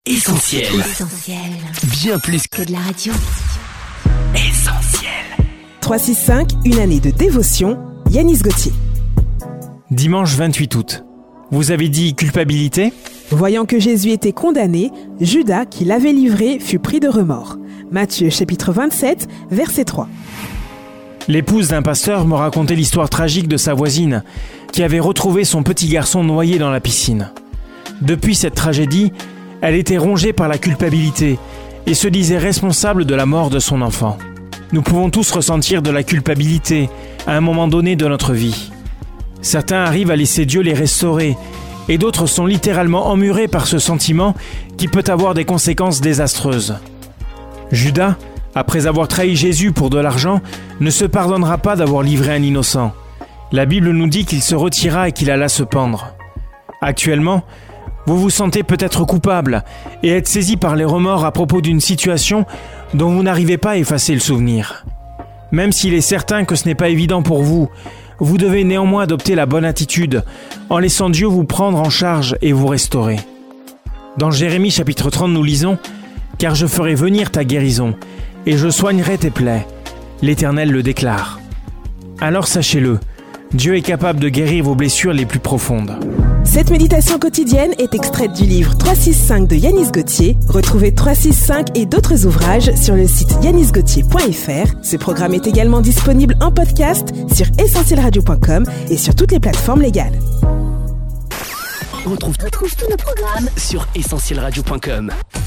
Essentiel. Bien plus que de la radio. Essentiel. 365, une année de dévotion, Yanis Gauthier. Dimanche 28 août. Vous avez dit culpabilité ? Voyant que Jésus était condamné, Judas, qui l'avait livré, fut pris de remords. Matthieu chapitre 27, verset 3. L'épouse d'un pasteur me racontait l'histoire tragique de sa voisine, qui avait retrouvé son petit garçon noyé dans la piscine. Depuis cette tragédie, elle était rongée par la culpabilité et se disait responsable de la mort de son enfant. Nous pouvons tous ressentir de la culpabilité à un moment donné de notre vie. Certains arrivent à laisser Dieu les restaurer et d'autres sont littéralement emmurés par ce sentiment qui peut avoir des conséquences désastreuses. Judas, après avoir trahi Jésus pour de l'argent, ne se pardonnera pas d'avoir livré un innocent. La Bible nous dit qu'il se retira et qu'il alla se pendre. Actuellement, vous vous sentez peut-être coupable et êtes saisi par les remords à propos d'une situation dont vous n'arrivez pas à effacer le souvenir. Même s'il est certain que ce n'est pas évident pour vous, vous devez néanmoins adopter la bonne attitude en laissant Dieu vous prendre en charge et vous restaurer. Dans Jérémie chapitre 30, nous lisons « Car je ferai venir ta guérison et je soignerai tes plaies. L'Éternel le déclare. » Alors sachez-le, Dieu est capable de guérir vos blessures les plus profondes. Cette méditation quotidienne est extraite du livre 365 de Yanis Gauthier. Retrouvez 365 et d'autres ouvrages sur le site yanisgauthier.fr. Ce programme est également disponible en podcast sur essentielradio.com et sur toutes les plateformes légales. On retrouve tous nos programmes sur essentielradio.com.